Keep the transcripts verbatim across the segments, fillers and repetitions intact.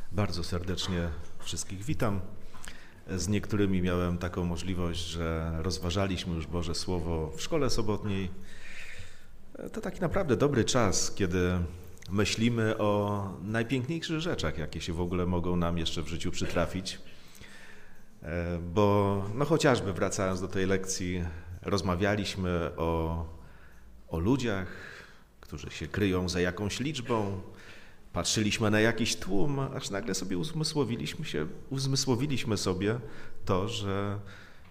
Bardzo serdecznie wszystkich witam. Z niektórymi miałem taką możliwość, że rozważaliśmy już Boże Słowo w szkole sobotniej. To taki naprawdę dobry czas, kiedy myślimy o najpiękniejszych rzeczach, jakie się w ogóle mogą nam jeszcze w życiu przytrafić. Bo no chociażby wracając do tej lekcji, rozmawialiśmy o, o ludziach, którzy się kryją za jakąś liczbą. Patrzyliśmy na jakiś tłum, aż nagle sobie uzmysłowiliśmy, się, uzmysłowiliśmy sobie to, że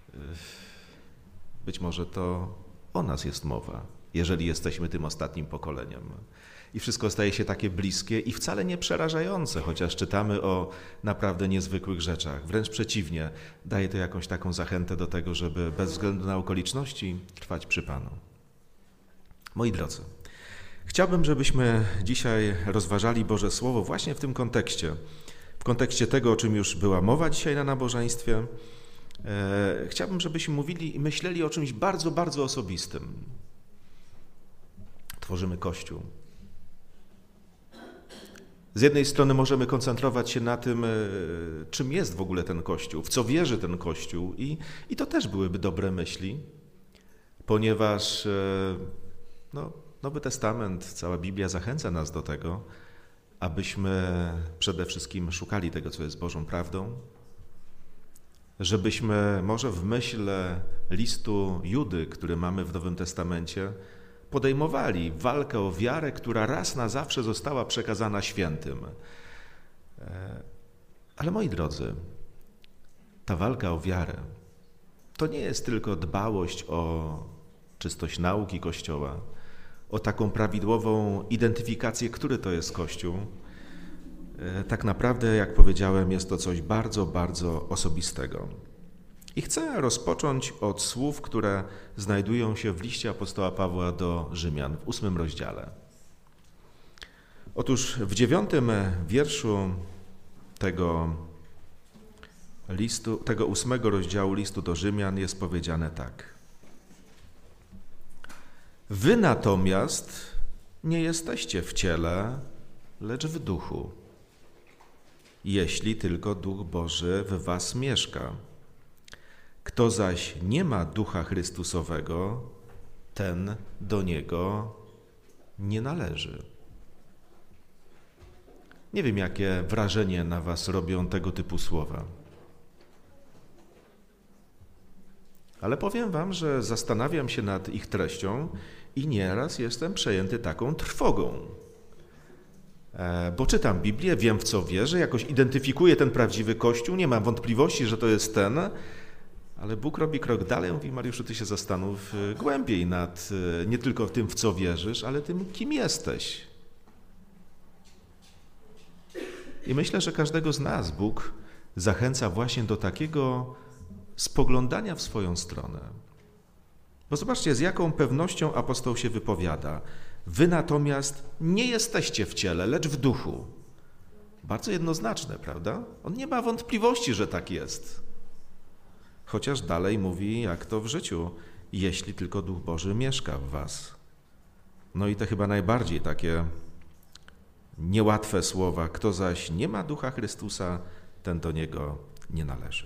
być może to o nas jest mowa, jeżeli jesteśmy tym ostatnim pokoleniem. I wszystko staje się takie bliskie i wcale nie przerażające, chociaż czytamy o naprawdę niezwykłych rzeczach. Wręcz przeciwnie, daje to jakąś taką zachętę do tego, żeby bez względu na okoliczności trwać przy Panu. Moi drodzy, chciałbym, żebyśmy dzisiaj rozważali Boże Słowo właśnie w tym kontekście. W kontekście tego, o czym już była mowa dzisiaj na nabożeństwie. E, chciałbym, żebyśmy mówili i myśleli o czymś bardzo, bardzo osobistym. Tworzymy Kościół. Z jednej strony możemy koncentrować się na tym, czym jest w ogóle ten Kościół, w co wierzy ten Kościół i, i to też byłyby dobre myśli, ponieważ no, Nowy Testament, cała Biblia zachęca nas do tego, abyśmy przede wszystkim szukali tego, co jest Bożą prawdą, żebyśmy może w myśl listu Judy, który mamy w Nowym Testamencie, podejmowali walkę o wiarę, która raz na zawsze została przekazana świętym. Ale moi drodzy, ta walka o wiarę to nie jest tylko dbałość o czystość nauki Kościoła, o taką prawidłową identyfikację, który to jest Kościół. Tak naprawdę, jak powiedziałem, jest to coś bardzo, bardzo osobistego. I chcę rozpocząć od słów, które znajdują się w liście apostoła Pawła do Rzymian w ósmym rozdziale. Otóż w dziewiątym wierszu tego listu, tego ósmego rozdziału listu do Rzymian jest powiedziane tak. Wy natomiast nie jesteście w ciele, lecz w duchu, jeśli tylko Duch Boży w was mieszka. Kto zaś nie ma Ducha Chrystusowego, ten do Niego nie należy. Nie wiem, jakie wrażenie na was robią tego typu słowa. Ale powiem wam, że zastanawiam się nad ich treścią i nieraz jestem przejęty taką trwogą. E, bo czytam Biblię, wiem w co wierzę, jakoś identyfikuję ten prawdziwy Kościół, nie mam wątpliwości, że to jest ten, ale Bóg robi krok dalej, mówi Mariuszu, ty się zastanów głębiej nad nie tylko tym, w co wierzysz, ale tym, kim jesteś. I myślę, że każdego z nas Bóg zachęca właśnie do takiego spoglądania w swoją stronę. Bo zobaczcie, z jaką pewnością apostoł się wypowiada. Wy natomiast nie jesteście w ciele, lecz w duchu. Bardzo jednoznaczne, prawda? On nie ma wątpliwości, że tak jest. Chociaż dalej mówi, jak to w życiu, jeśli tylko Duch Boży mieszka w was. No i te chyba najbardziej takie niełatwe słowa. Kto zaś nie ma Ducha Chrystusa, ten do Niego nie należy.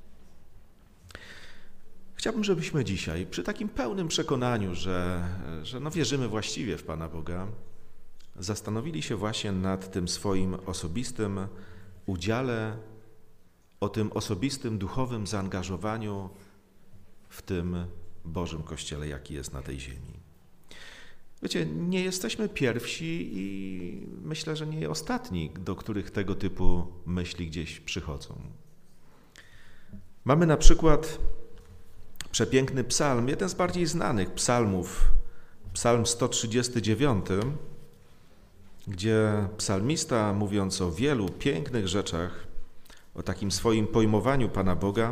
Chciałbym, żebyśmy dzisiaj, przy takim pełnym przekonaniu, że, że no wierzymy właściwie w Pana Boga, zastanowili się właśnie nad tym swoim osobistym udziale, o tym osobistym, duchowym zaangażowaniu w tym Bożym Kościele, jaki jest na tej ziemi. Wiecie, nie jesteśmy pierwsi i myślę, że nie ostatni, do których tego typu myśli gdzieś przychodzą. Mamy na przykład przepiękny psalm, jeden z bardziej znanych psalmów, psalm sto trzydziesty dziewiąty, gdzie psalmista, mówiąc o wielu pięknych rzeczach, o takim swoim pojmowaniu Pana Boga,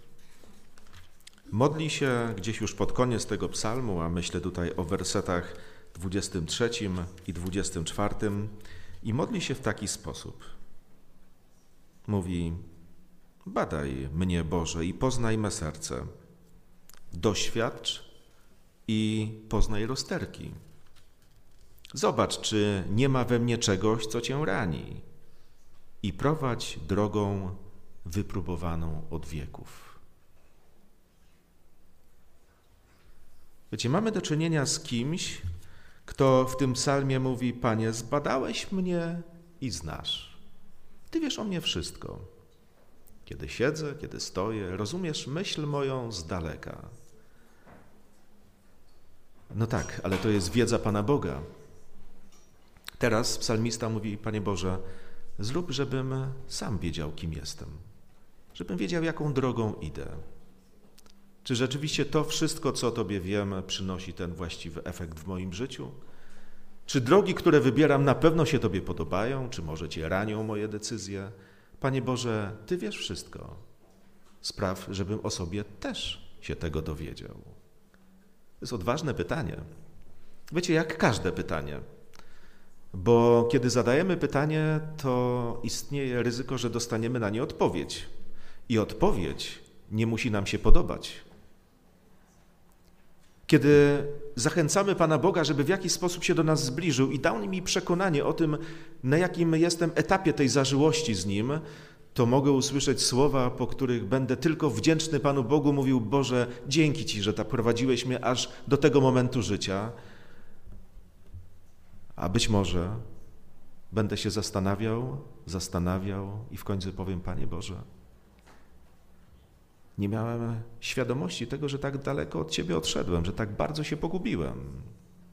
modli się gdzieś już pod koniec tego psalmu, a myślę tutaj o wersetach dwudziestym trzecim i dwudziestym czwartym, i modli się w taki sposób. Mówi, badaj mnie, Boże, i poznaj me serce. Doświadcz i poznaj rozterki. Zobacz, czy nie ma we mnie czegoś, co cię rani. i prowadź drogą wypróbowaną od wieków. Wiecie, mamy do czynienia z kimś, kto w tym psalmie mówi: Panie, zbadałeś mnie i znasz. Ty wiesz o mnie wszystko. Kiedy siedzę, kiedy stoję, rozumiesz myśl moją z daleka. No tak, ale to jest wiedza Pana Boga. Teraz psalmista mówi: Panie Boże, zrób, żebym sam wiedział, kim jestem. Żebym wiedział, jaką drogą idę. Czy rzeczywiście to wszystko, co o Tobie wiem, przynosi ten właściwy efekt w moim życiu? Czy drogi, które wybieram, na pewno się Tobie podobają? Czy może Cię ranią moje decyzje? Panie Boże, Ty wiesz wszystko. Spraw, żebym o sobie też się tego dowiedział. To jest odważne pytanie. Wiecie, jak każde pytanie. Bo kiedy zadajemy pytanie, to istnieje ryzyko, że dostaniemy na nie odpowiedź. I odpowiedź nie musi nam się podobać. Kiedy zachęcamy Pana Boga, żeby w jakiś sposób się do nas zbliżył i dał mi przekonanie o tym, na jakim jestem etapie tej zażyłości z Nim, to mogę usłyszeć słowa, po których będę tylko wdzięczny Panu Bogu, mówił: Boże, dzięki Ci, że tak prowadziłeś mnie aż do tego momentu życia. A być może będę się zastanawiał, zastanawiał i w końcu powiem: Panie Boże, nie miałem świadomości tego, że tak daleko od Ciebie odszedłem, że tak bardzo się pogubiłem.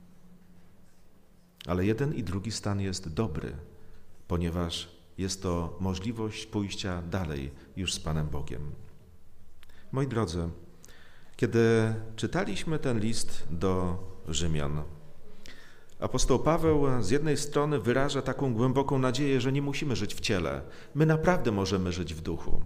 Ale jeden i drugi stan jest dobry, ponieważ jest to możliwość pójścia dalej już z Panem Bogiem. Moi drodzy, kiedy czytaliśmy ten list do Rzymian, apostoł Paweł z jednej strony wyraża taką głęboką nadzieję, że nie musimy żyć w ciele. My naprawdę możemy żyć w duchu.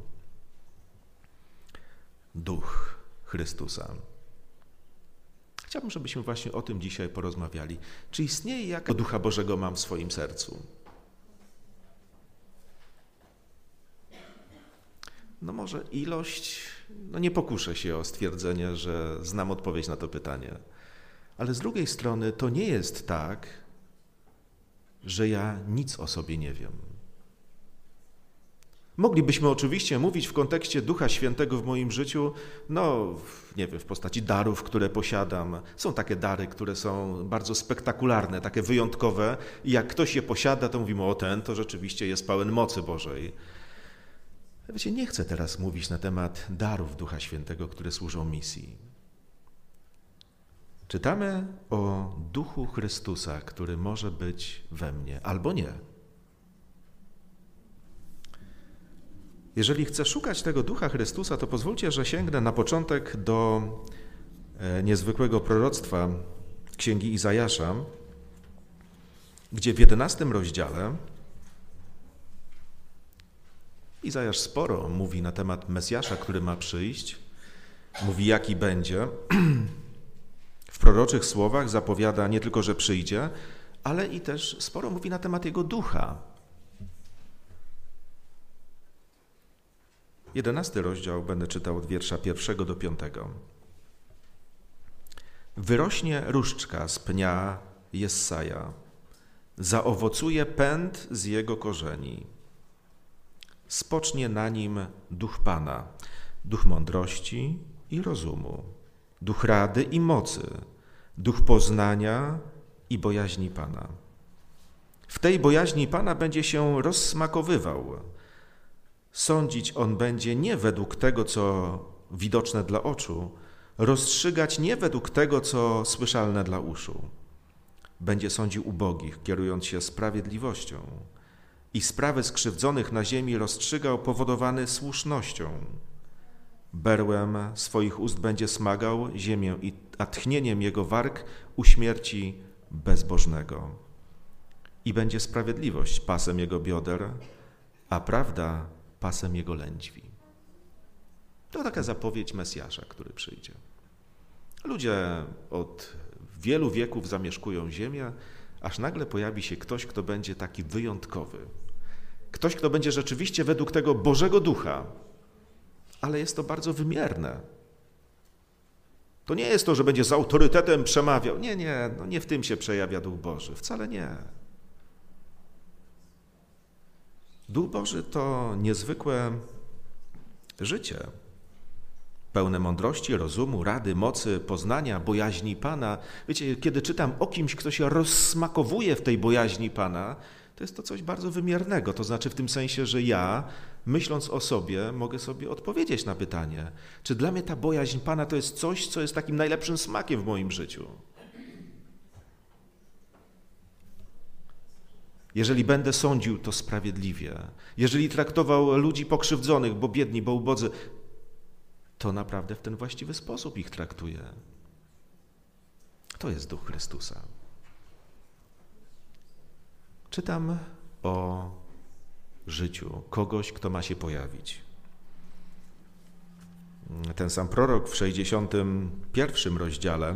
Duch Chrystusa. Chciałbym, żebyśmy właśnie o tym dzisiaj porozmawiali. Czy istnieje jaka Ducha Bożego mam w swoim sercu? No może ilość, no nie pokuszę się o stwierdzenie, że znam odpowiedź na to pytanie. Ale z drugiej strony to nie jest tak, że ja nic o sobie nie wiem. Moglibyśmy oczywiście mówić w kontekście Ducha Świętego w moim życiu, no nie wiem, w postaci darów, które posiadam. Są takie dary, które są bardzo spektakularne, takie wyjątkowe i jak ktoś je posiada, to mówimy: o, ten to rzeczywiście jest pełen mocy Bożej. Wiecie, nie chcę teraz mówić na temat darów Ducha Świętego, które służą misji. Czytamy o Duchu Chrystusa, który może być we mnie albo nie. Jeżeli chcę szukać tego Ducha Chrystusa, to pozwólcie, że sięgnę na początek do niezwykłego proroctwa Księgi Izajasza, gdzie w jedenastym rozdziale Izajasz sporo mówi na temat Mesjasza, który ma przyjść, mówi, jaki będzie. W proroczych słowach zapowiada nie tylko, że przyjdzie, ale i też sporo mówi na temat Jego Ducha. Jedenasty rozdział będę czytał od wiersza pierwszego do piątego. Wyrośnie różdżka z pnia Jessaja, zaowocuje pęd z jego korzeni. Spocznie na nim duch Pana, duch mądrości i rozumu, duch rady i mocy, duch poznania i bojaźni Pana. W tej bojaźni Pana będzie się rozsmakowywał. Sądzić on będzie nie według tego, co widoczne dla oczu, rozstrzygać nie według tego, co słyszalne dla uszu. Będzie sądził ubogich, kierując się sprawiedliwością, i sprawy skrzywdzonych na ziemi rozstrzygał powodowany słusznością. Berłem swoich ust będzie smagał ziemię, a tchnieniem jego warg uśmierci bezbożnego. I będzie sprawiedliwość pasem jego bioder, a prawda pasem jego lędźwi. To taka zapowiedź Mesjasza, który przyjdzie. Ludzie od wielu wieków zamieszkują ziemię, aż nagle pojawi się ktoś, kto będzie taki wyjątkowy. Ktoś, kto będzie rzeczywiście według tego Bożego Ducha, ale jest to bardzo wymierne. To nie jest to, że będzie z autorytetem przemawiał. Nie, nie, no nie w tym się przejawia Duch Boży. Wcale nie. Duch Boży to niezwykłe życie, pełne mądrości, rozumu, rady, mocy, poznania, bojaźni Pana. Wiecie, kiedy czytam o kimś, kto się rozsmakowuje w tej bojaźni Pana, to jest to coś bardzo wymiernego. To znaczy w tym sensie, że ja, myśląc o sobie, mogę sobie odpowiedzieć na pytanie, czy dla mnie ta bojaźń Pana to jest coś, co jest takim najlepszym smakiem w moim życiu. Jeżeli będę sądził, to sprawiedliwie. Jeżeli traktował ludzi pokrzywdzonych, bo biedni, bo ubodzy, to naprawdę w ten właściwy sposób ich traktuję. To jest Duch Chrystusa. Czytam o życiu kogoś, kto ma się pojawić. Ten sam prorok w sześćdziesiątym pierwszym rozdziale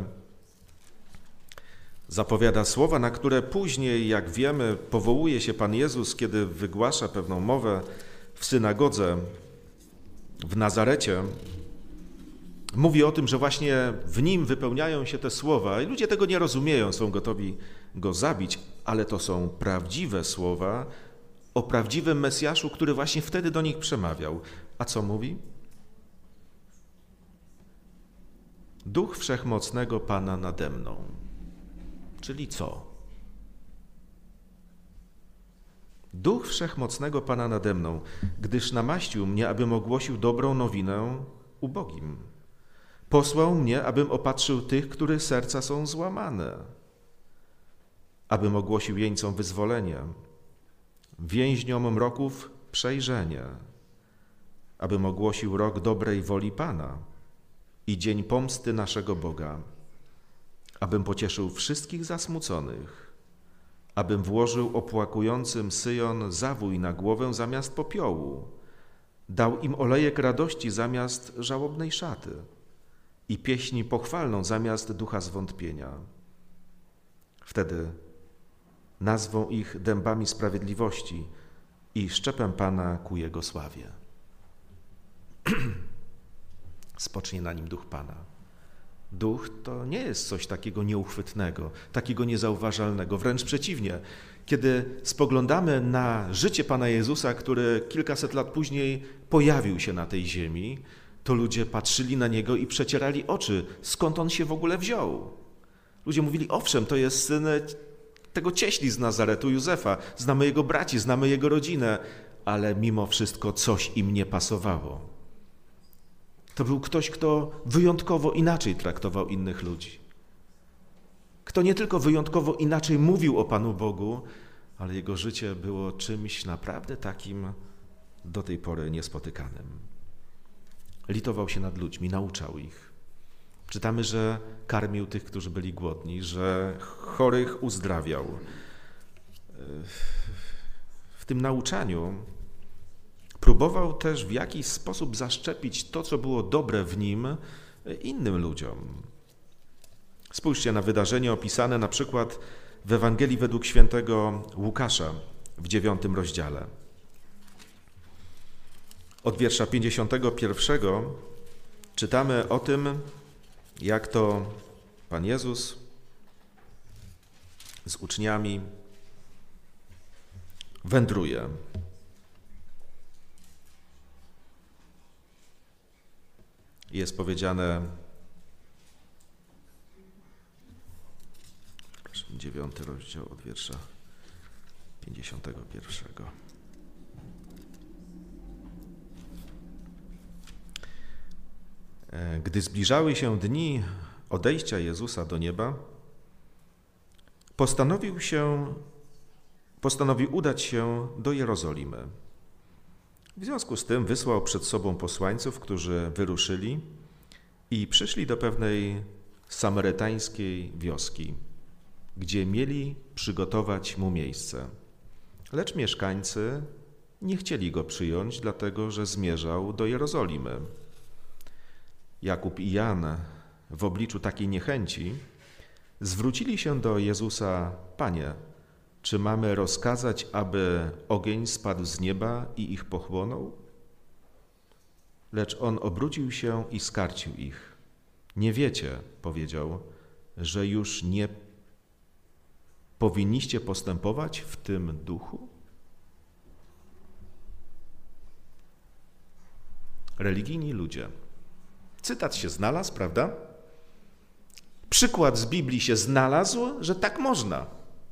zapowiada słowa, na które później, jak wiemy, powołuje się Pan Jezus, kiedy wygłasza pewną mowę w synagodze w Nazarecie. Mówi o tym, że właśnie w Nim wypełniają się te słowa i ludzie tego nie rozumieją, są gotowi Go zabić, ale to są prawdziwe słowa o prawdziwym Mesjaszu, który właśnie wtedy do nich przemawiał. A co mówi? Duch Wszechmocnego Pana nade mną. Czyli co? Duch Wszechmocnego Pana nade mną, gdyż namaścił mnie, abym ogłosił dobrą nowinę ubogim. Posłał mnie, abym opatrzył tych, których serca są złamane, abym ogłosił jeńcom wyzwolenie, więźniom mroków przejrzenie, abym ogłosił rok dobrej woli Pana i dzień pomsty naszego Boga, abym pocieszył wszystkich zasmuconych, abym włożył opłakującym Syjon zawój na głowę zamiast popiołu, dał im olejek radości zamiast żałobnej szaty i pieśni pochwalną zamiast ducha zwątpienia. Wtedy nazwą ich dębami sprawiedliwości i szczepem Pana ku Jego sławie. Spocznie na nim duch Pana. Duch to nie jest coś takiego nieuchwytnego, takiego niezauważalnego, wręcz przeciwnie. Kiedy spoglądamy na życie Pana Jezusa, który kilkaset lat później pojawił się na tej ziemi, to ludzie patrzyli na Niego i przecierali oczy, skąd On się w ogóle wziął. Ludzie mówili, owszem, to jest syn tego cieśli z Nazaretu, Józefa, znamy jego braci, znamy jego rodzinę, ale mimo wszystko coś im nie pasowało. To był ktoś, kto wyjątkowo inaczej traktował innych ludzi. Kto nie tylko wyjątkowo inaczej mówił o Panu Bogu, ale jego życie było czymś naprawdę takim do tej pory niespotykanym. Litował się nad ludźmi, nauczał ich. Czytamy, że karmił tych, którzy byli głodni, że chorych uzdrawiał. W tym nauczaniu próbował też w jakiś sposób zaszczepić to, co było dobre w nim, innym ludziom. Spójrzcie na wydarzenie opisane na przykład w Ewangelii według świętego Łukasza w dziewiątym rozdziale. Od wiersza pięćdziesiątego pierwszego czytamy o tym, jak to Pan Jezus z uczniami wędruje. Jest powiedziane, dziewiąty rozdział od wiersza pięćdziesiątego pierwszego. Gdy zbliżały się dni odejścia Jezusa do nieba, postanowił się, postanowił udać się do Jerozolimy. W związku z tym wysłał przed sobą posłańców, którzy wyruszyli i przyszli do pewnej samarytańskiej wioski, gdzie mieli przygotować mu miejsce. Lecz mieszkańcy nie chcieli go przyjąć, dlatego że zmierzał do Jerozolimy. Jakub i Jan w obliczu takiej niechęci zwrócili się do Jezusa: Panie, czy mamy rozkazać, aby ogień spadł z nieba i ich pochłonął? Lecz on obrócił się i skarcił ich. Nie wiecie, powiedział, że już nie powinniście postępować w tym duchu? religijni ludzie. Cytat się znalazł, prawda? Przykład z Biblii się znalazł, że tak można.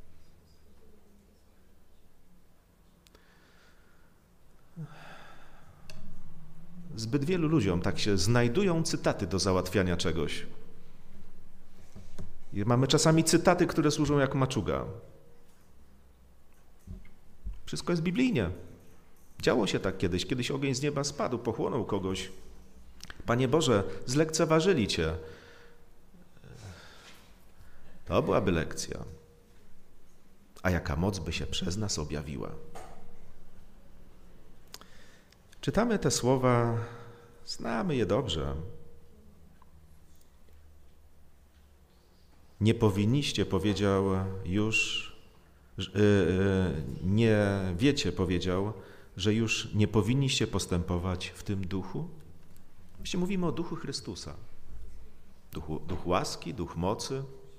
Zbyt wielu ludziom tak się znajdują cytaty do załatwiania czegoś. I mamy czasami cytaty, które służą jak maczuga. Wszystko jest biblijnie. Działo się tak kiedyś. Kiedyś ogień z nieba spadł, pochłonął kogoś. Panie Boże, zlekceważyli Cię. To byłaby lekcja. A jaka moc by się przez nas objawiła? Czytamy te słowa, znamy je dobrze. Nie powinniście, powiedział już, nie wiecie, powiedział, że już nie powinniście postępować w tym duchu? Właściwie mówimy o duchu Chrystusa. Duchu, duch łaski, duch mocy,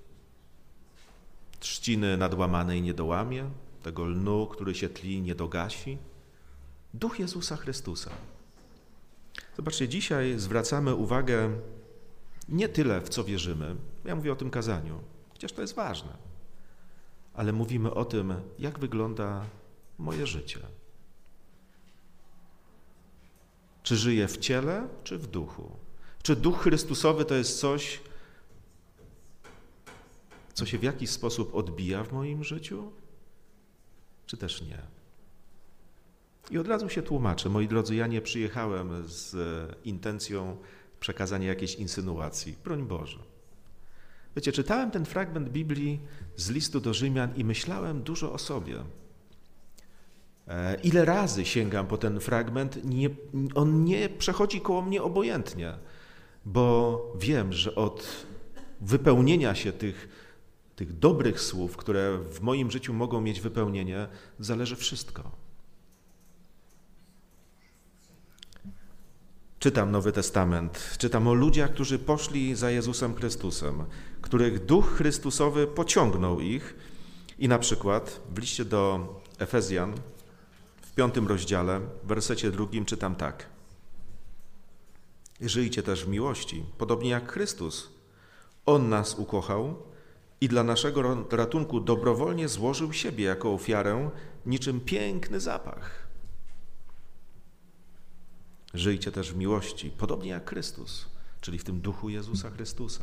trzciny nadłamanej nie dołamie, tego lnu, który się tli, nie dogasi. Duch Jezusa Chrystusa. Zobaczcie, dzisiaj zwracamy uwagę nie tyle, w co wierzymy. Ja mówię o tym kazaniu, chociaż to jest ważne. Ale mówimy o tym, jak wygląda moje życie. Czy żyję w ciele, czy w duchu? Czy duch Chrystusowy to jest coś, co się w jakiś sposób odbija w moim życiu, czy też nie? I od razu się tłumaczę. Moi drodzy, ja nie przyjechałem z intencją przekazania jakiejś insynuacji. Broń Boże. Wiecie, czytałem ten fragment Biblii z listu do Rzymian i myślałem dużo o sobie. Ile razy sięgam po ten fragment, nie, on nie przechodzi koło mnie obojętnie, bo wiem, że od wypełnienia się tych, tych dobrych słów, które w moim życiu mogą mieć wypełnienie, zależy wszystko. Czytam Nowy Testament, czytam o ludziach, którzy poszli za Jezusem Chrystusem, których Duch Chrystusowy pociągnął ich i na przykład w liście do Efezjan w piątym rozdziale, w wersecie drugim czytam tak. Żyjcie też w miłości, podobnie jak Chrystus. On nas ukochał i dla naszego ratunku dobrowolnie złożył siebie jako ofiarę, niczym piękny zapach. Żyjcie też w miłości, podobnie jak Chrystus, czyli w tym duchu Jezusa Chrystusa.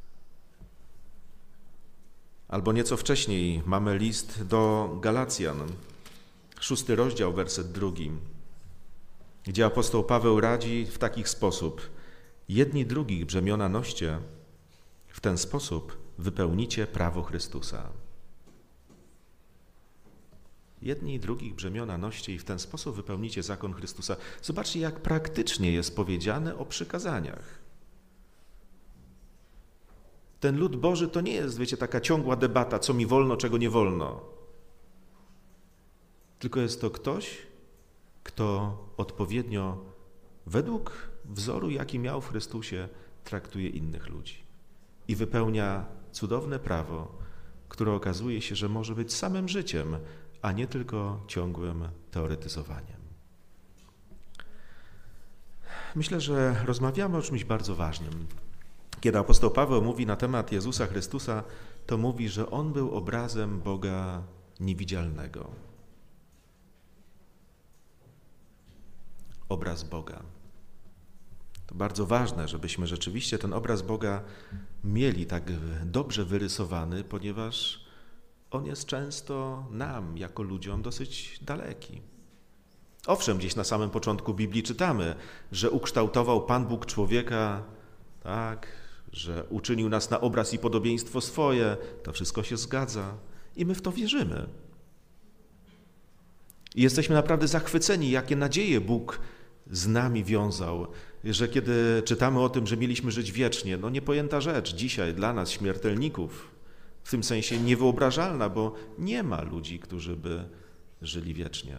Albo nieco wcześniej mamy list do Galacjan, szósty rozdział, werset drugi, gdzie apostoł Paweł radzi w taki sposób. Jedni drugich brzemiona noście, w ten sposób wypełnicie prawo Chrystusa. Jedni i drugich brzemiona noście i w ten sposób wypełnicie zakon Chrystusa. Zobaczcie, jak praktycznie jest powiedziane o przykazaniach. Ten lud Boży to nie jest, wiecie, taka ciągła debata, co mi wolno, czego nie wolno. Tylko jest to ktoś, kto odpowiednio, według wzoru, jaki miał w Chrystusie, traktuje innych ludzi. I wypełnia cudowne prawo, które okazuje się, że może być samym życiem, a nie tylko ciągłym teoretyzowaniem. Myślę, że rozmawiamy o czymś bardzo ważnym. Kiedy apostoł Paweł mówi na temat Jezusa Chrystusa, to mówi, że On był obrazem Boga niewidzialnego. Obraz Boga. To bardzo ważne, żebyśmy rzeczywiście ten obraz Boga mieli tak dobrze wyrysowany, ponieważ On jest często nam, jako ludziom, dosyć daleki. Owszem, gdzieś na samym początku Biblii czytamy, że ukształtował Pan Bóg człowieka, tak, że uczynił nas na obraz i podobieństwo swoje. To wszystko się zgadza i my w to wierzymy. I jesteśmy naprawdę zachwyceni, jakie nadzieje Bóg z nami wiązał, że kiedy czytamy o tym, że mieliśmy żyć wiecznie, no niepojęta rzecz dzisiaj dla nas, śmiertelników, w tym sensie niewyobrażalna, bo nie ma ludzi, którzy by żyli wiecznie.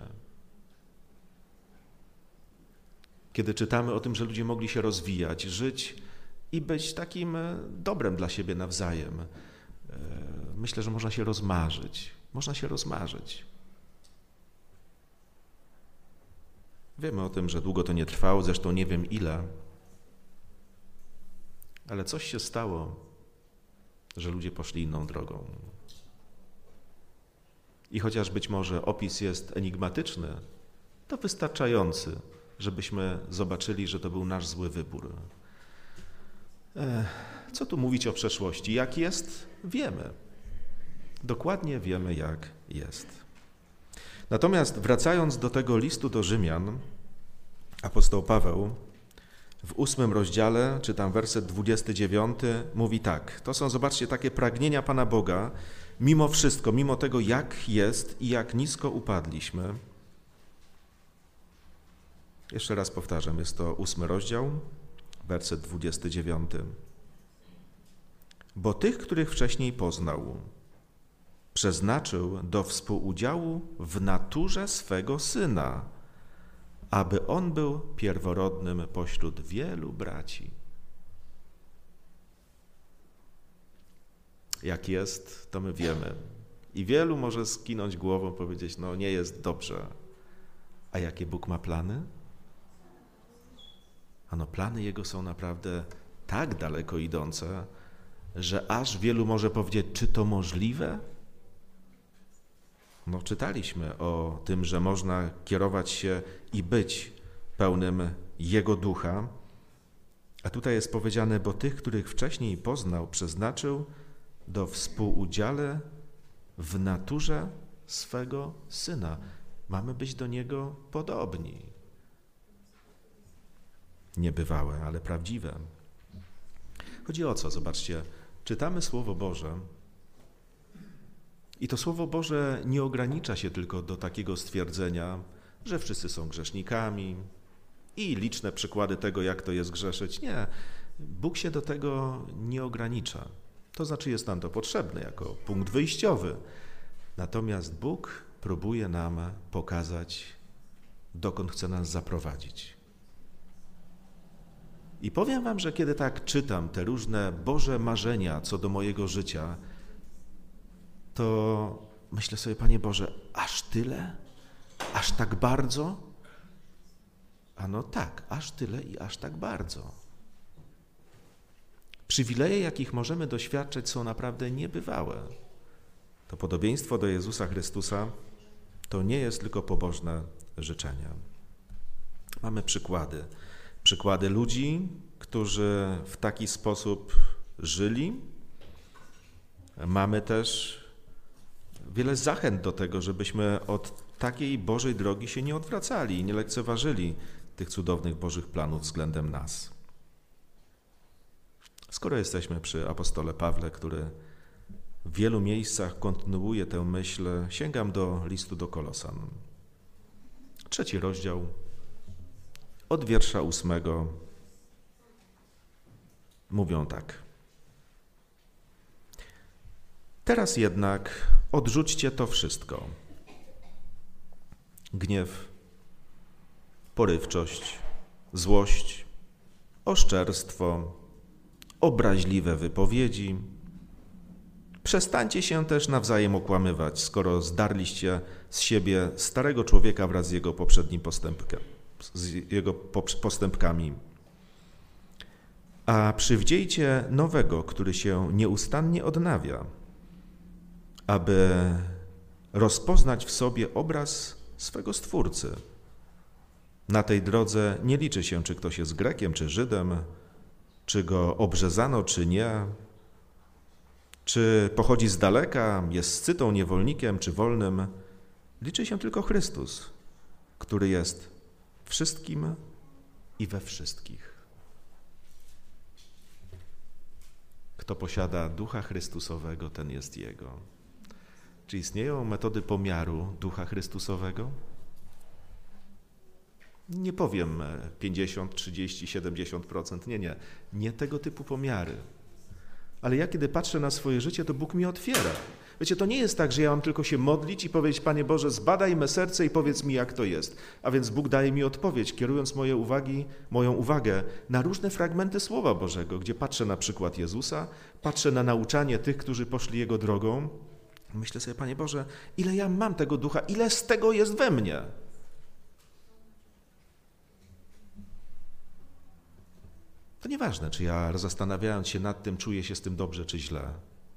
Kiedy czytamy o tym, że ludzie mogli się rozwijać, żyć i być takim dobrem dla siebie nawzajem, myślę, że można się rozmarzyć. Można się rozmarzyć. Wiemy o tym, że długo to nie trwało, zresztą nie wiem ile, ale coś się stało, że ludzie poszli inną drogą. I chociaż być może opis jest enigmatyczny, to wystarczający, żebyśmy zobaczyli, że to był nasz zły wybór. Co tu mówić o przeszłości? Jak jest? Wiemy. Dokładnie wiemy, jak jest. Natomiast wracając do tego listu do Rzymian, apostoł Paweł w ósmym rozdziale, czytam werset dwudziesty dziewiąty, mówi tak. To są, zobaczcie, takie pragnienia Pana Boga, mimo wszystko, mimo tego, jak jest i jak nisko upadliśmy. Jeszcze raz powtarzam, jest to ósmy rozdział, werset dwudziesty dziewiąty. Bo tych, których wcześniej poznał, przeznaczył do współudziału w naturze swego Syna, aby On był pierworodnym pośród wielu braci. Jak jest, to my wiemy. I wielu może skinąć głową, powiedzieć, no nie jest dobrze. A jakie Bóg ma plany? Ano plany Jego są naprawdę tak daleko idące, że aż wielu może powiedzieć, czy to możliwe? No czytaliśmy o tym, że można kierować się i być pełnym Jego ducha, a tutaj jest powiedziane, bo tych, których wcześniej poznał, przeznaczył do współudziale w naturze swego Syna. Mamy być do Niego podobni. Niebywałe, ale prawdziwe. Chodzi o co? Zobaczcie, czytamy Słowo Boże i to Słowo Boże nie ogranicza się tylko do takiego stwierdzenia, że wszyscy są grzesznikami i liczne przykłady tego, jak to jest grzeszyć. Nie, Bóg się do tego nie ogranicza. To znaczy jest nam to potrzebne jako punkt wyjściowy. Natomiast Bóg próbuje nam pokazać, dokąd chce nas zaprowadzić. I powiem wam, że kiedy tak czytam te różne Boże marzenia co do mojego życia, to myślę sobie, Panie Boże, aż tyle? Aż tak bardzo? Ano tak, aż tyle i aż tak bardzo. Przywileje, jakich możemy doświadczać, są naprawdę niebywałe. To podobieństwo do Jezusa Chrystusa to nie jest tylko pobożne życzenie. Mamy przykłady. Przykłady ludzi, którzy w taki sposób żyli. Mamy też wiele zachęt do tego, żebyśmy od takiej Bożej drogi się nie odwracali i nie lekceważyli tych cudownych Bożych planów względem nas. Skoro jesteśmy przy apostole Pawle, który w wielu miejscach kontynuuje tę myśl, sięgam do listu do Kolosan. Trzeci rozdział, od wiersza ósmego mówią tak. Teraz jednak odrzućcie to wszystko. Gniew, porywczość, złość, oszczerstwo, obraźliwe wypowiedzi. Przestańcie się też nawzajem okłamywać, skoro zdarliście z siebie starego człowieka wraz z jego poprzednim postępkiem, z jego postępkami. A przywdziejcie nowego, który się nieustannie odnawia, aby rozpoznać w sobie obraz swego Stwórcy. Na tej drodze nie liczy się, czy ktoś jest Grekiem, czy Żydem, czy go obrzezano, czy nie, czy pochodzi z daleka, jest scytą, niewolnikiem, czy wolnym. Liczy się tylko Chrystus, który jest wszystkim i we wszystkich. Kto posiada Ducha Chrystusowego, ten jest Jego. Czy istnieją metody pomiaru Ducha Chrystusowego? Nie powiem pięćdziesiąt, trzydzieści, siedemdziesiąt procent. Nie, nie. Nie tego typu pomiary. Ale ja, kiedy patrzę na swoje życie, to Bóg mi otwiera. Wiecie, to nie jest tak, że ja mam tylko się modlić i powiedzieć, Panie Boże, zbadaj me serce i powiedz mi, jak to jest. A więc Bóg daje mi odpowiedź, kierując moje uwagi, moją uwagę na różne fragmenty Słowa Bożego, gdzie patrzę na przykład Jezusa, patrzę na nauczanie tych, którzy poszli Jego drogą. Myślę sobie, Panie Boże, ile ja mam tego ducha, ile z tego jest we mnie? To nieważne, czy ja zastanawiając się nad tym, czuję się z tym dobrze czy źle.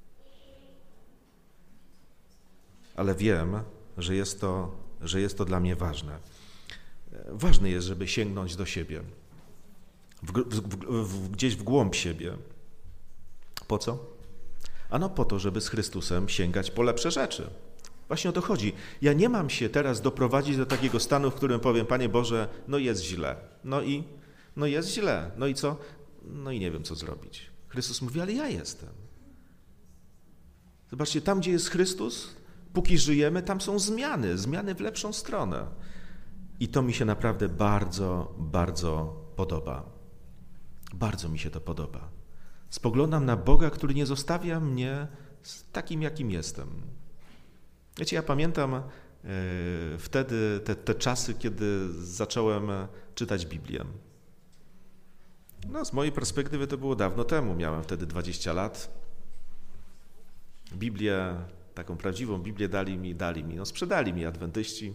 Ale wiem, że jest to, że jest to dla mnie ważne. Ważne jest, żeby sięgnąć do siebie, w, w, w, gdzieś w głąb siebie. Po co? Ano po to, żeby z Chrystusem sięgać po lepsze rzeczy. Właśnie o to chodzi. Ja nie mam się teraz doprowadzić do takiego stanu, w którym powiem, Panie Boże, no jest źle. No i, no jest źle. No i co? No i nie wiem, co zrobić. Chrystus mówi, ale ja jestem. Zobaczcie, tam, gdzie jest Chrystus, póki żyjemy, tam są zmiany, zmiany w lepszą stronę. I to mi się naprawdę bardzo, bardzo podoba. Bardzo mi się to podoba. Spoglądam na Boga, który nie zostawia mnie takim, jakim jestem. Wiecie, ja pamiętam e, wtedy te, te czasy, kiedy zacząłem czytać Biblię. No, z mojej perspektywy to było dawno temu. Miałem wtedy dwadzieścia lat. Biblię, taką prawdziwą Biblię dali mi, dali mi, no sprzedali mi adwentyści.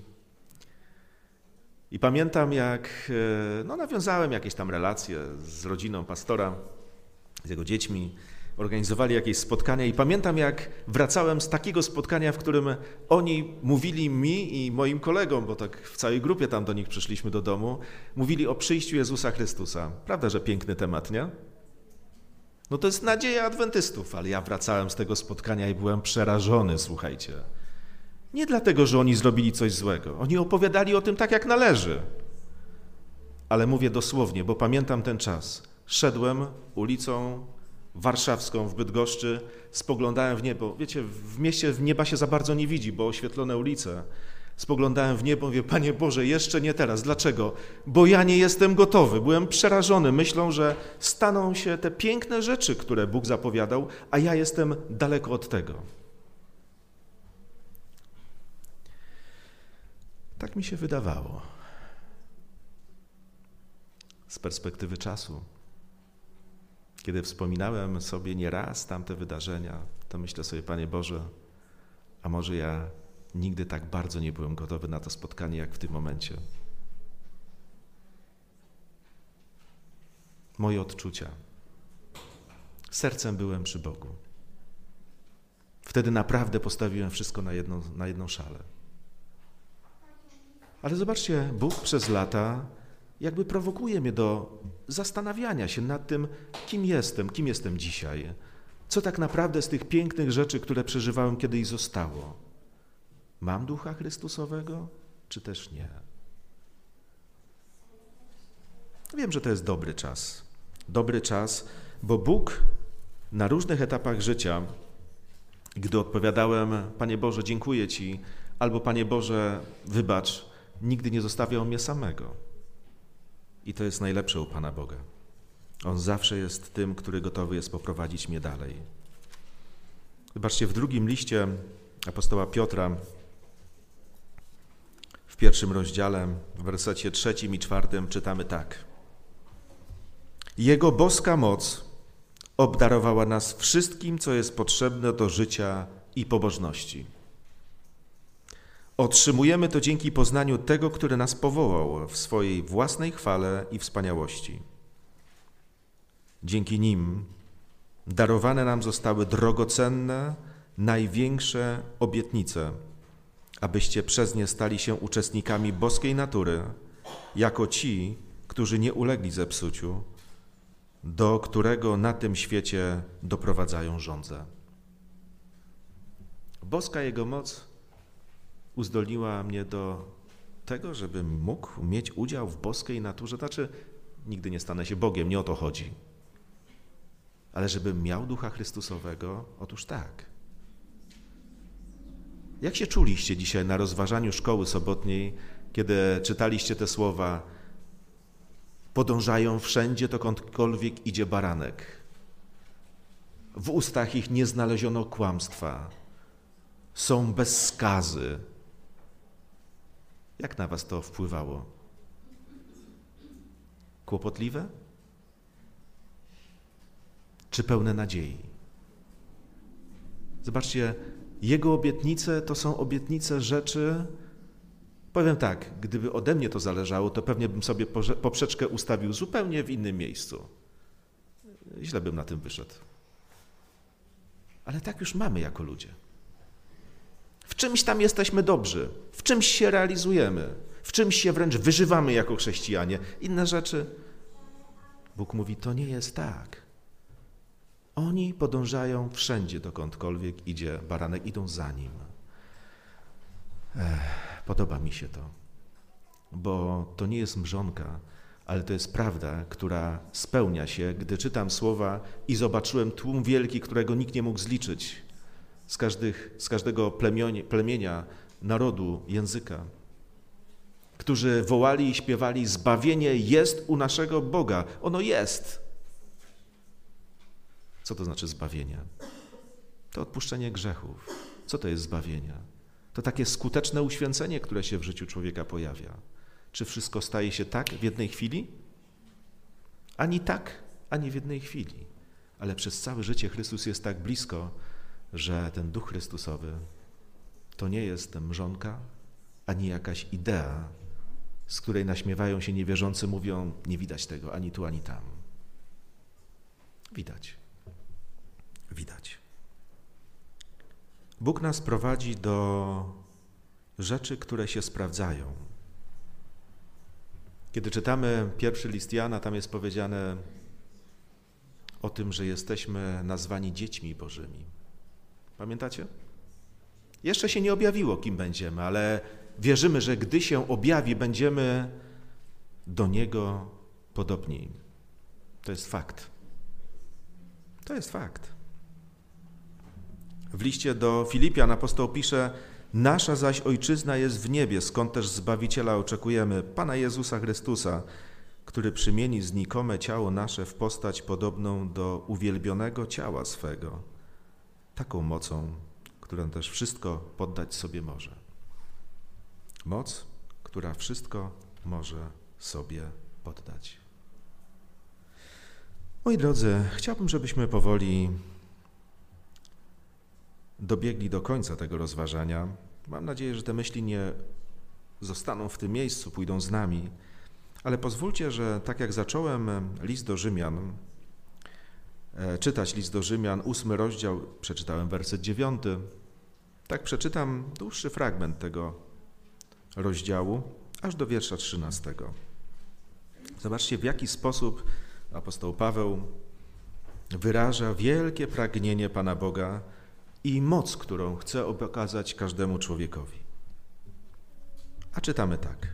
I pamiętam, jak no, nawiązałem jakieś tam relacje z rodziną pastora, z jego dziećmi, organizowali jakieś spotkania i pamiętam, jak wracałem z takiego spotkania, w którym oni mówili mi i moim kolegom, bo tak w całej grupie tam do nich przyszliśmy do domu, mówili o przyjściu Jezusa Chrystusa. Prawda, że piękny temat, nie? No to jest nadzieja adwentystów, ale ja wracałem z tego spotkania i byłem przerażony, słuchajcie. Nie dlatego, że oni zrobili coś złego. Oni opowiadali o tym tak, jak należy. Ale mówię dosłownie, bo pamiętam ten czas. Szedłem ulicą warszawską w Bydgoszczy, spoglądałem w niebo. Wiecie, w mieście w nieba się za bardzo nie widzi, bo oświetlone ulice. Spoglądałem w niebo, mówię, Panie Boże, jeszcze nie teraz. Dlaczego? Bo ja nie jestem gotowy. Byłem przerażony. Myślą, że staną się te piękne rzeczy, które Bóg zapowiadał, a ja jestem daleko od tego. Tak mi się wydawało. Z perspektywy czasu. Kiedy wspominałem sobie nieraz tamte wydarzenia, to myślę sobie, Panie Boże, a może ja nigdy tak bardzo nie byłem gotowy na to spotkanie, jak w tym momencie. Moje odczucia. Sercem byłem przy Bogu. Wtedy naprawdę postawiłem wszystko na jedną, na jedną szalę. Ale zobaczcie, Bóg przez lata jakby prowokuje mnie do zastanawiania się nad tym, kim jestem, kim jestem dzisiaj. Co tak naprawdę z tych pięknych rzeczy, które przeżywałem kiedyś, zostało. Mam Ducha Chrystusowego, czy też nie? Wiem, że to jest dobry czas. Dobry czas, bo Bóg na różnych etapach życia, gdy odpowiadałem, Panie Boże, dziękuję Ci, albo Panie Boże, wybacz, nigdy nie zostawiał mnie samego. I to jest najlepsze u Pana Boga. On zawsze jest tym, który gotowy jest poprowadzić mnie dalej. Zobaczcie, w drugim liście apostoła Piotra, w pierwszym rozdziale, w wersecie trzecim i czwartym czytamy tak. Jego boska moc obdarowała nas wszystkim, co jest potrzebne do życia i pobożności. Otrzymujemy to dzięki poznaniu tego, który nas powołał w swojej własnej chwale i wspaniałości. Dzięki nim darowane nam zostały drogocenne, największe obietnice, abyście przez nie stali się uczestnikami boskiej natury, jako ci, którzy nie ulegli zepsuciu, do którego na tym świecie doprowadzają żądze. Boska Jego moc uzdolniła mnie do tego, żebym mógł mieć udział w boskiej naturze. Znaczy, nigdy nie stanę się Bogiem, nie o to chodzi. Ale żebym miał Ducha Chrystusowego, otóż tak. Jak się czuliście dzisiaj na rozważaniu szkoły sobotniej, kiedy czytaliście te słowa? Podążają wszędzie, dokądkolwiek idzie baranek. W ustach ich nie znaleziono kłamstwa. Są bez skazy. Jak na was to wpływało? Kłopotliwe? Czy pełne nadziei? Zobaczcie, Jego obietnice to są obietnice rzeczy, powiem tak, gdyby ode mnie to zależało, to pewnie bym sobie poprzeczkę ustawił zupełnie w innym miejscu. źle bym na tym wyszedł. Ale tak już mamy jako ludzie. W czymś tam jesteśmy dobrzy, w czymś się realizujemy, w czymś się wręcz wyżywamy jako chrześcijanie. Inne rzeczy, Bóg mówi, to nie jest tak. Oni podążają wszędzie, dokądkolwiek idzie baranek, idą za nim. Ech, podoba mi się to, bo to nie jest mrzonka, ale to jest prawda, która spełnia się, gdy czytam słowa i zobaczyłem tłum wielki, którego nikt nie mógł zliczyć z, każdych, z każdego plemienia, plemienia, narodu, języka, którzy wołali i śpiewali, zbawienie jest u naszego Boga. Ono jest. Co to znaczy zbawienie? To odpuszczenie grzechów. Co to jest zbawienie? To takie skuteczne uświęcenie, które się w życiu człowieka pojawia. Czy wszystko staje się tak w jednej chwili? Ani tak, ani w jednej chwili. Ale przez całe życie Chrystus jest tak blisko, że ten Duch Chrystusowy to nie jest mrzonka, ani jakaś idea, z której naśmiewają się niewierzący, mówią, nie widać tego ani tu, ani tam. Widać. Widać. Bóg nas prowadzi do rzeczy, które się sprawdzają. Kiedy czytamy pierwszy list Jana, tam jest powiedziane o tym, że jesteśmy nazwani dziećmi Bożymi. Pamiętacie? Jeszcze się nie objawiło, kim będziemy, ale wierzymy, że gdy się objawi, będziemy do Niego podobni. To jest fakt. To jest fakt. W liście do Filipian apostoł pisze, nasza zaś ojczyzna jest w niebie, skąd też Zbawiciela oczekujemy, Pana Jezusa Chrystusa, który przymieni znikome ciało nasze w postać podobną do uwielbionego ciała swego, taką mocą, która też wszystko poddać sobie może. Moc, która wszystko może sobie poddać. Moi drodzy, chciałbym, żebyśmy powoli dobiegli do końca tego rozważania. Mam nadzieję, że te myśli nie zostaną w tym miejscu, pójdą z nami, ale pozwólcie, że tak jak zacząłem list do Rzymian, czytać list do Rzymian, ósmy rozdział, przeczytałem werset dziewiąty, tak przeczytam dłuższy fragment tego rozdziału, aż do wiersza trzynastego. Zobaczcie, w jaki sposób apostoł Paweł wyraża wielkie pragnienie Pana Boga i moc, którą chce okazać każdemu człowiekowi. A czytamy tak.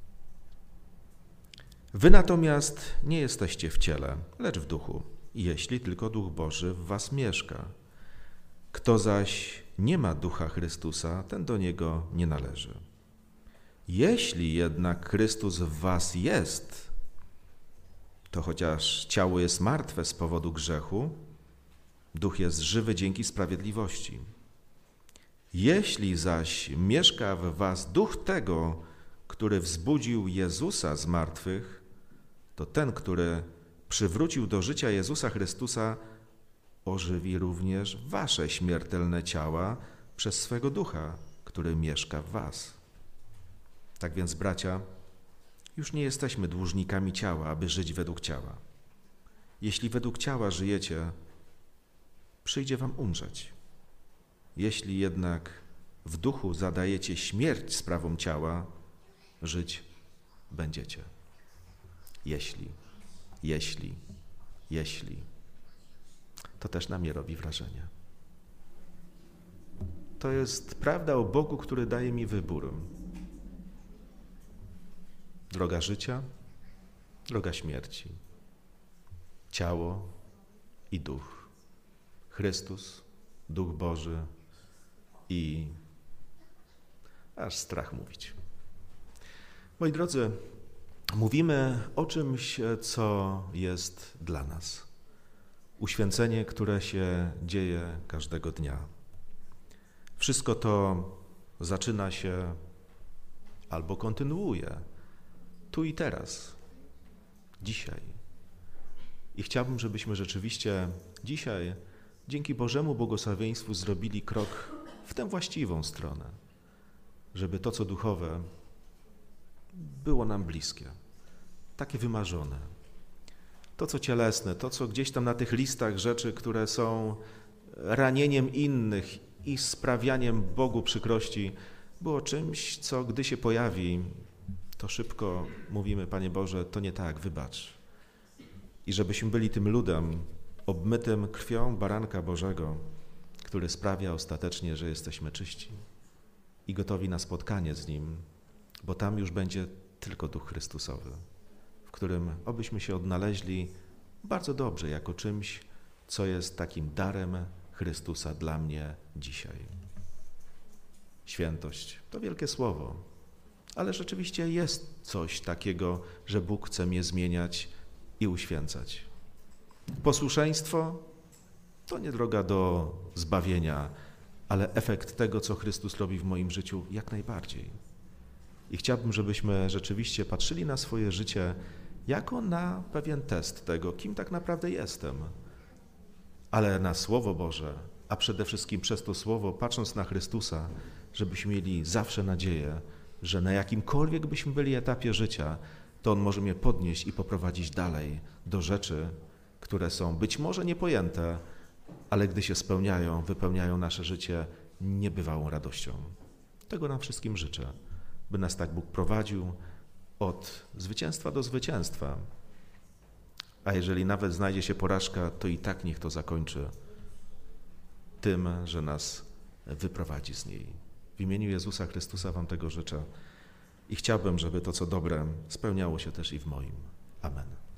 Wy natomiast nie jesteście w ciele, lecz w duchu, jeśli tylko Duch Boży w was mieszka. Kto zaś nie ma Ducha Chrystusa, ten do Niego nie należy. Jeśli jednak Chrystus w was jest, to chociaż ciało jest martwe z powodu grzechu, Duch jest żywy dzięki sprawiedliwości. Jeśli zaś mieszka w was Duch tego, który wzbudził Jezusa z martwych, to ten, który przywrócił do życia Jezusa Chrystusa, ożywi również wasze śmiertelne ciała przez swego Ducha, który mieszka w was. Tak więc, bracia, już nie jesteśmy dłużnikami ciała, aby żyć według ciała. Jeśli według ciała żyjecie, przyjdzie wam umrzeć. Jeśli jednak w duchu zadajecie śmierć sprawom ciała, żyć będziecie. Jeśli, jeśli, jeśli. To też na mnie robi wrażenie. To jest prawda o Bogu, który daje mi wybór. Droga życia, droga śmierci. Ciało i duch. Chrystus, Duch Boży i aż strach mówić. Moi drodzy, mówimy o czymś, co jest dla nas. Uświęcenie, które się dzieje każdego dnia. Wszystko to zaczyna się albo kontynuuje tu i teraz, dzisiaj. I chciałbym, żebyśmy rzeczywiście dzisiaj dzięki Bożemu błogosławieństwu zrobili krok w tę właściwą stronę, żeby to, co duchowe, było nam bliskie, takie wymarzone. to, co cielesne, to, co gdzieś tam na tych listach rzeczy, które są ranieniem innych i sprawianiem Bogu przykrości, było czymś, co gdy się pojawi, to szybko mówimy, Panie Boże, to nie tak, wybacz. I żebyśmy byli tym ludem obmytym krwią baranka Bożego, który sprawia ostatecznie, że jesteśmy czyści i gotowi na spotkanie z Nim, bo tam już będzie tylko Duch Chrystusowy, w którym obyśmy się odnaleźli bardzo dobrze jako czymś, co jest takim darem Chrystusa dla mnie dzisiaj. Świętość to wielkie słowo, ale rzeczywiście jest coś takiego, że Bóg chce mnie zmieniać i uświęcać. Posłuszeństwo to nie droga do zbawienia, ale efekt tego, co Chrystus robi w moim życiu, jak najbardziej. I chciałbym, żebyśmy rzeczywiście patrzyli na swoje życie jako na pewien test tego, kim tak naprawdę jestem, ale na Słowo Boże, a przede wszystkim przez to Słowo, patrząc na Chrystusa, żebyśmy mieli zawsze nadzieję, że na jakimkolwiek byśmy byli etapie życia, to On może mnie podnieść i poprowadzić dalej do rzeczy, które są być może niepojęte, ale gdy się spełniają, wypełniają nasze życie niebywałą radością. Tego nam wszystkim życzę, by nas tak Bóg prowadził od zwycięstwa do zwycięstwa. A jeżeli nawet znajdzie się porażka, to i tak niech to zakończy tym, że nas wyprowadzi z niej. W imieniu Jezusa Chrystusa wam tego życzę i chciałbym, żeby to, co dobre, spełniało się też i w moim. Amen.